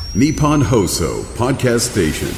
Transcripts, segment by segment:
Nippon Hoso Podcast Station。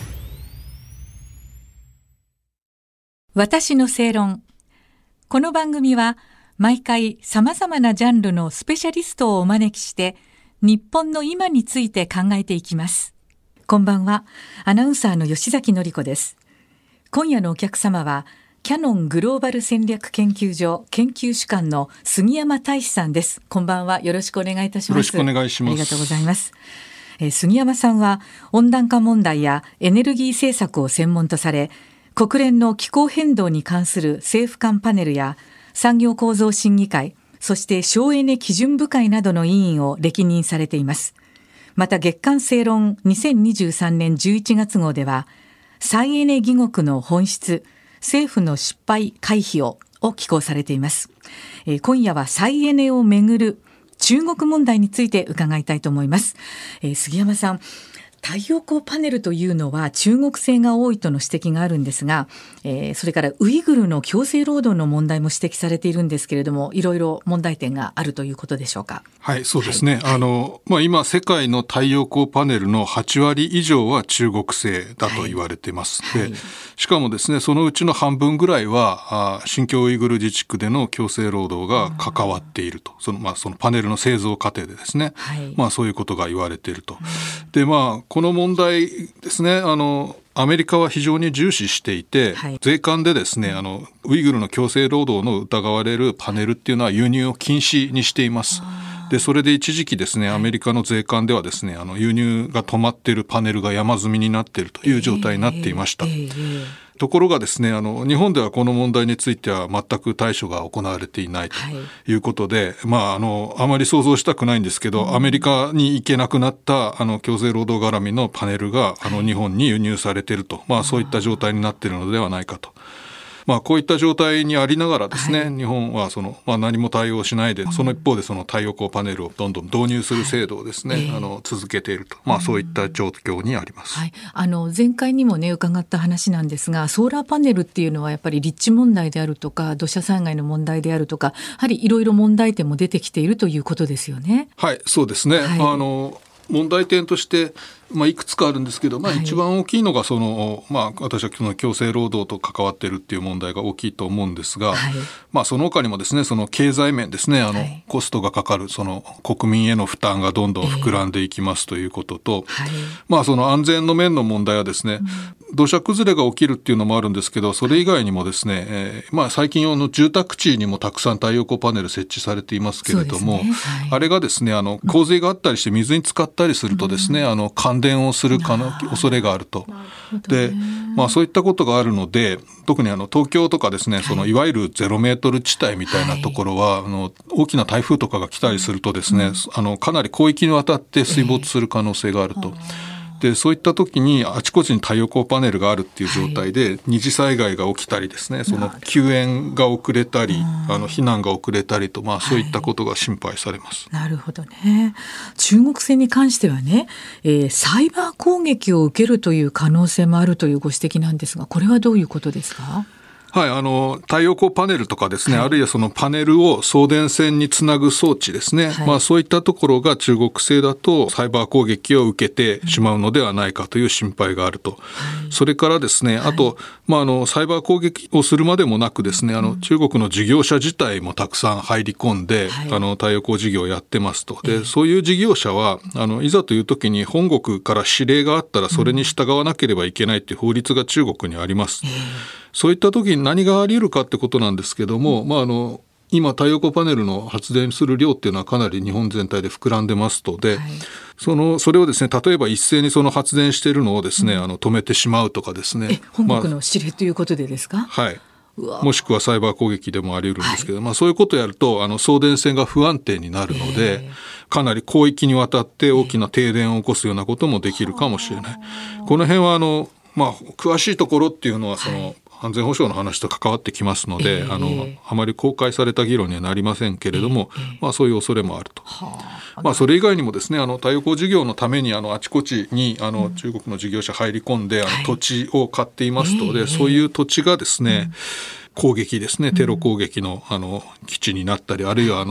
私の正論。この番組は毎回さまざまなジャンルのスペシャリストをお招きして日本の今について考えていきます。こんばんは、アナウンサーの吉崎紀子です。今夜のお客様はキヤノングローバル戦略研究所研究主幹の杉山大志さんです。こんばんは、よろしくお願いいたします。 よろしくお願いします。 ありがとうございます。杉山さんは温暖化問題やエネルギー政策を専門とされ、国連の気候変動に関する政府間パネルや産業構造審議会、そして省エネ基準部会などの委員を歴任されています。また月刊正論2023年11月号では、再エネ義国の本質、政府の失敗回避を寄稿されています。今夜は再エネをめぐる中国問題について伺いたいと思います。杉山さん、太陽光パネルというのは中国製が多いとの指摘があるんですが、それからウイグルの強制労働の問題も指摘されているんですけれども、いろいろ問題点があるということでしょうか。 はい、そうですね。今世界の太陽光パネルの8割以上は中国製だと言われています。で、しかもですね、そのうちの半分ぐらいは新疆ウイグル自治区での強制労働が関わっていると。そのパネルの製造過程でですね、そういうことが言われていると。で、この問題ですね、アメリカは非常に重視していて、税関でですね、ウイグルの強制労働の疑われるパネルっていうのは輸入を禁止にしています。で、それで一時期ですね、アメリカの税関ではですね、輸入が止まっているパネルが山積みになっているという状態になっていました。ところがですね、日本ではこの問題については全く対処が行われていないということで、あまり想像したくないんですけど、アメリカに行けなくなった強制労働絡みのパネルが日本に輸入されていると、そういった状態になっているのではないかと。こういった状態にありながらですね、日本は何も対応しないで、その一方で太陽光パネルをどんどん導入する制度をですね、続けていると、そういった状況にあります。 前回にもね伺った話なんですが、ソーラーパネルっていうのはやっぱり立地問題であるとか土砂災害の問題であるとか、やはりいろいろ問題点も出てきているということですよね。 はい、そうですね。問題点としていくつかあるんですけど、一番大きいのが私はその強制労働と関わっているっていう問題が大きいと思うんですが、その他にもですね、その経済面ですね、コストがかかる国民への負担がどんどん膨らんでいきますということと、その安全の面の問題はですね、土砂崩れが起きるっていうのもあるんですけど、それ以外にもですね、最近住宅地にもたくさん太陽光パネル設置されていますけれども、あれがですね、洪水があったりして水に浸かったりするとですね、感電をする恐れがあると。で、そういったことがあるので、特に東京とかですね、いわゆるゼロメートル地帯みたいなところは、大きな台風とかが来たりするとですね、かなり広域にわたって水没する可能性があると。で、そういった時にあちこちに太陽光パネルがあるっていう状態で、二次災害が起きたりですね、救援が遅れたり、避難が遅れたりと、そういったことが心配されます。 なるほどね。中国戦に関してはね、サイバー攻撃を受けるという可能性もあるというご指摘なんですが、これはどういうことですか？ はい、太陽光パネルとかですね、あるいはそのパネルを送電線につなぐ装置ですね、そういったところが中国製だとサイバー攻撃を受けてしまうのではないかという心配があると。それからですね、あと、サイバー攻撃をするまでもなくですね、中国の事業者自体もたくさん入り込んで、太陽光事業をやってますと。で、そういう事業者はいざという時に本国から指令があったらそれに従わなければいけないという法律が中国にあります。そういった時に何があり得るかってことなんですけども、今太陽光パネルの発電する量っていうのはかなり日本全体で膨らんでますので、それをですね、例えば一斉に発電しているのをですね、止めてしまうとかですね、 本国の指令ということでですか？ はい。もしくはサイバー攻撃でもあり得るんですけど、そういうことをやると送電線が不安定になるので、かなり広域にわたって大きな停電を起こすようなこともできるかもしれない。この辺は詳しいところっていうのは安全保障の話と関わってきますので、あまり公開された議論にはなりませんけれども、そういう恐れもあると。それ以外にもですね、太陽光事業のためにあちこちに中国の事業者入り込んで土地を買っていますので、そういう土地がですね、攻撃ですね、テロ攻撃の基地になったり、あるいは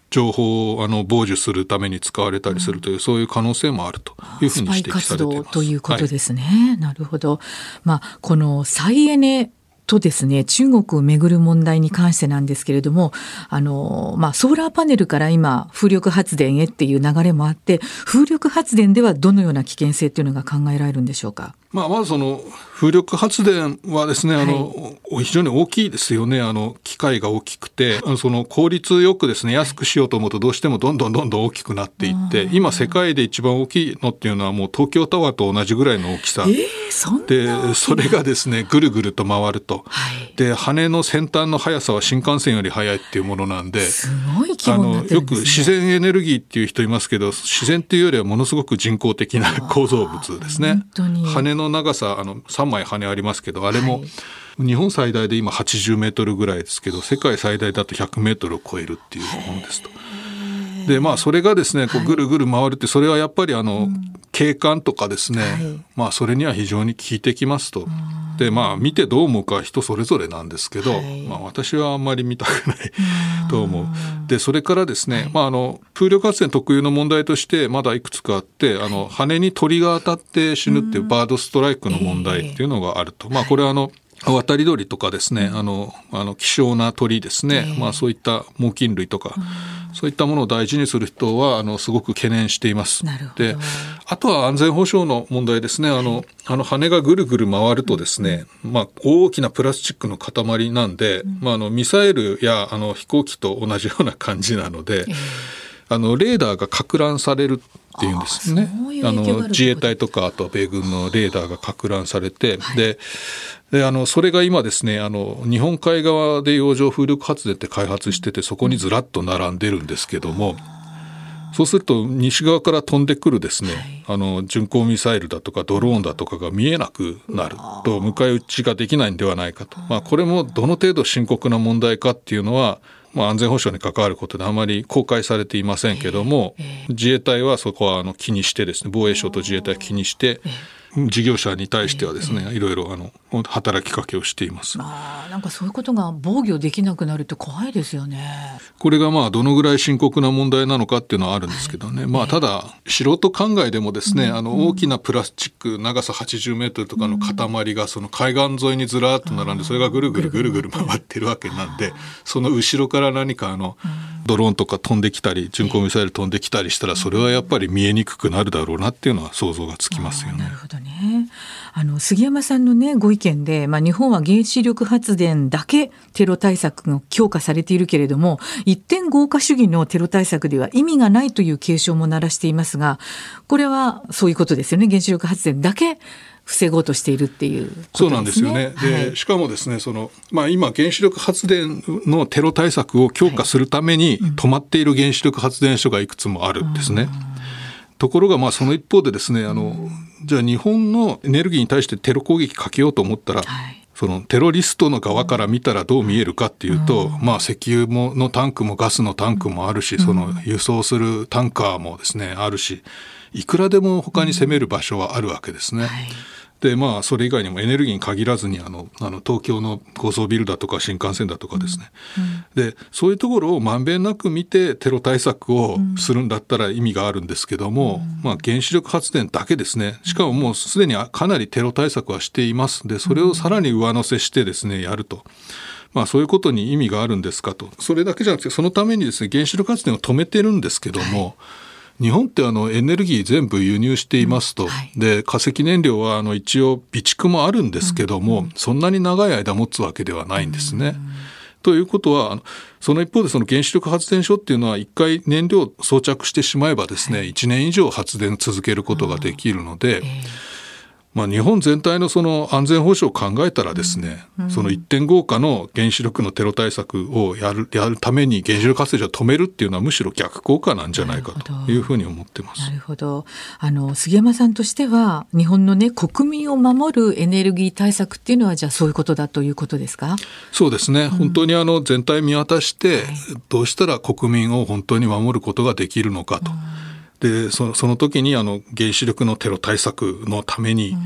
情報を傍受するために使われたりするという、そういう可能性もあるというふうに指摘されています。スパイ活動ということですね。なるほど。この再エネとですね、中国をめぐる問題に関してなんですけれども、ソーラーパネルから今風力発電へっていう流れもあって、風力発電ではどのような危険性っていうのが考えられるんでしょうか。 まずその風力発電はですね、非常に大きいですよね。機械が大きくて、その効率よくですね、安くしようと思うとどうしてもどんどん大きくなっていって、今世界で一番大きいのっていうのはもう東京タワーと同じぐらいの大きさ、でそれがですねぐるぐると回ると、で羽の先端の速さは新幹線より速いっていうものなんで、 すごい規模になってるんですね。 よく自然エネルギーっていう人いますけど、自然っていうよりはものすごく人工的な構造物ですね。羽の長さ3枚羽ありますけど、あれも日本最大で今80メートルぐらいですけど、世界最大だと100メートルを超えるっていうものですと。でそれがですねこうぐるぐる回るって、それはやっぱり景観とかですね、それには非常に効いてきますと。で見てどう思うか人それぞれなんですけど、私はあんまり見たくないと思う。でそれからですね、風力発電特有の問題としてまだいくつかあって、羽に鳥が当たって死ぬっていうバードストライクの問題っていうのがあると。これは渡り鳥とかですね、希少な鳥ですね、そういった猛禽類とか、そういったものを大事にする人はすごく懸念しています。であとは安全保障の問題ですね。羽がぐるぐる回るとですね、大きなプラスチックの塊なんで、ミサイルや飛行機と同じような感じなので、レーダーが撹乱されるっていうんですね。自衛隊とかあとは米軍のレーダーが撹乱されて、でそれが今ですね日本海側で洋上風力発電って開発してて、そこにずらっと並んでるんですけども、そうすると西側から飛んでくるですね、巡航ミサイルだとかドローンだとかが見えなくなると、迎え撃ちができないんではないかと。これもどの程度深刻な問題かっていうのは、安全保障に関わることであまり公開されていませんけども、自衛隊はそこは気にしてですね、防衛省と自衛隊は気にして事業者に対してはですね、いろいろ働きかけをしています。 なんかそういうことが防御できなくなると怖いですよね。 これがどのぐらい深刻な問題なのかっていうのはあるんですけどね、ただ素人考えでもですね、大きなプラスチック長さ80メートルとかの塊がその海岸沿いにずらっと並んで、それがぐるぐるぐるぐる回ってるわけなんで、その後ろから何かドローンとか飛んできたり巡航ミサイル飛んできたりしたら、それはやっぱり見えにくくなるだろうなっていうのは想像がつきますよね。 なるほどね。杉山さんのねご意見で、日本は原子力発電だけテロ対策が強化されているけれども、一点豪華主義のテロ対策では意味がないという警鐘も鳴らしていますが、これはそういうことですよね。原子力発電だけ防ごうとしているっていうことですね。 そうなんですよね。でしかもですね今原子力発電のテロ対策を強化するために止まっている原子力発電所がいくつもあるんですね。ところがその一方でですねじゃあ日本のエネルギーに対してテロ攻撃かけようと思ったら、そのテロリストの側から見たらどう見えるかっていうと、石油のタンクもガスのタンクもあるし、その輸送するタンカーもですねあるし、いくらでも他に攻める場所はあるわけですね。でそれ以外にもエネルギーに限らずに東京の高層ビルだとか新幹線だとかですね、でそういうところをまんべんなく見てテロ対策をするんだったら意味があるんですけども、原子力発電だけですね、しかももうすでにかなりテロ対策はしています。でそれをさらに上乗せしてですねやると、そういうことに意味があるんですかと。それだけじゃなくて、そのためにですね原子力発電を止めてるんですけども、日本ってエネルギー全部輸入していますと、で化石燃料は一応備蓄もあるんですけども、そんなに長い間持つわけではないんですね。ということはその一方でその原子力発電所っていうのは一回燃料装着してしまえばですね、1年以上発電続けることができるので、日本全体のその安全保障を考えたらですね、その1.5下の原子力のテロ対策をやるために原子力発電所を止めるっていうのはむしろ逆効果なんじゃないかというふうに思ってます。 なるほど。杉山さんとしては日本のね国民を守るエネルギー対策っていうのはじゃあそういうことだということですか？ そうですね、本当に全体見渡してどうしたら国民を本当に守ることができるのかと。でその時に原子力のテロ対策のために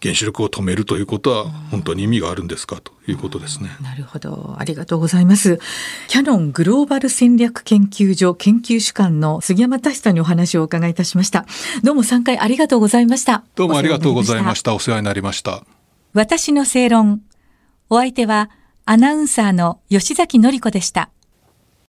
原子力を止めるということは本当に意味があるんですかということですね。 なるほど、ありがとうございます。キヤノングローバル戦略研究所研究主幹の杉山太さんにお話をお伺いいたしました。どうも3回ありがとうございました。 どうもありがとうございました。お世話になりました。 私の正論。お相手はアナウンサーの吉崎典子でした。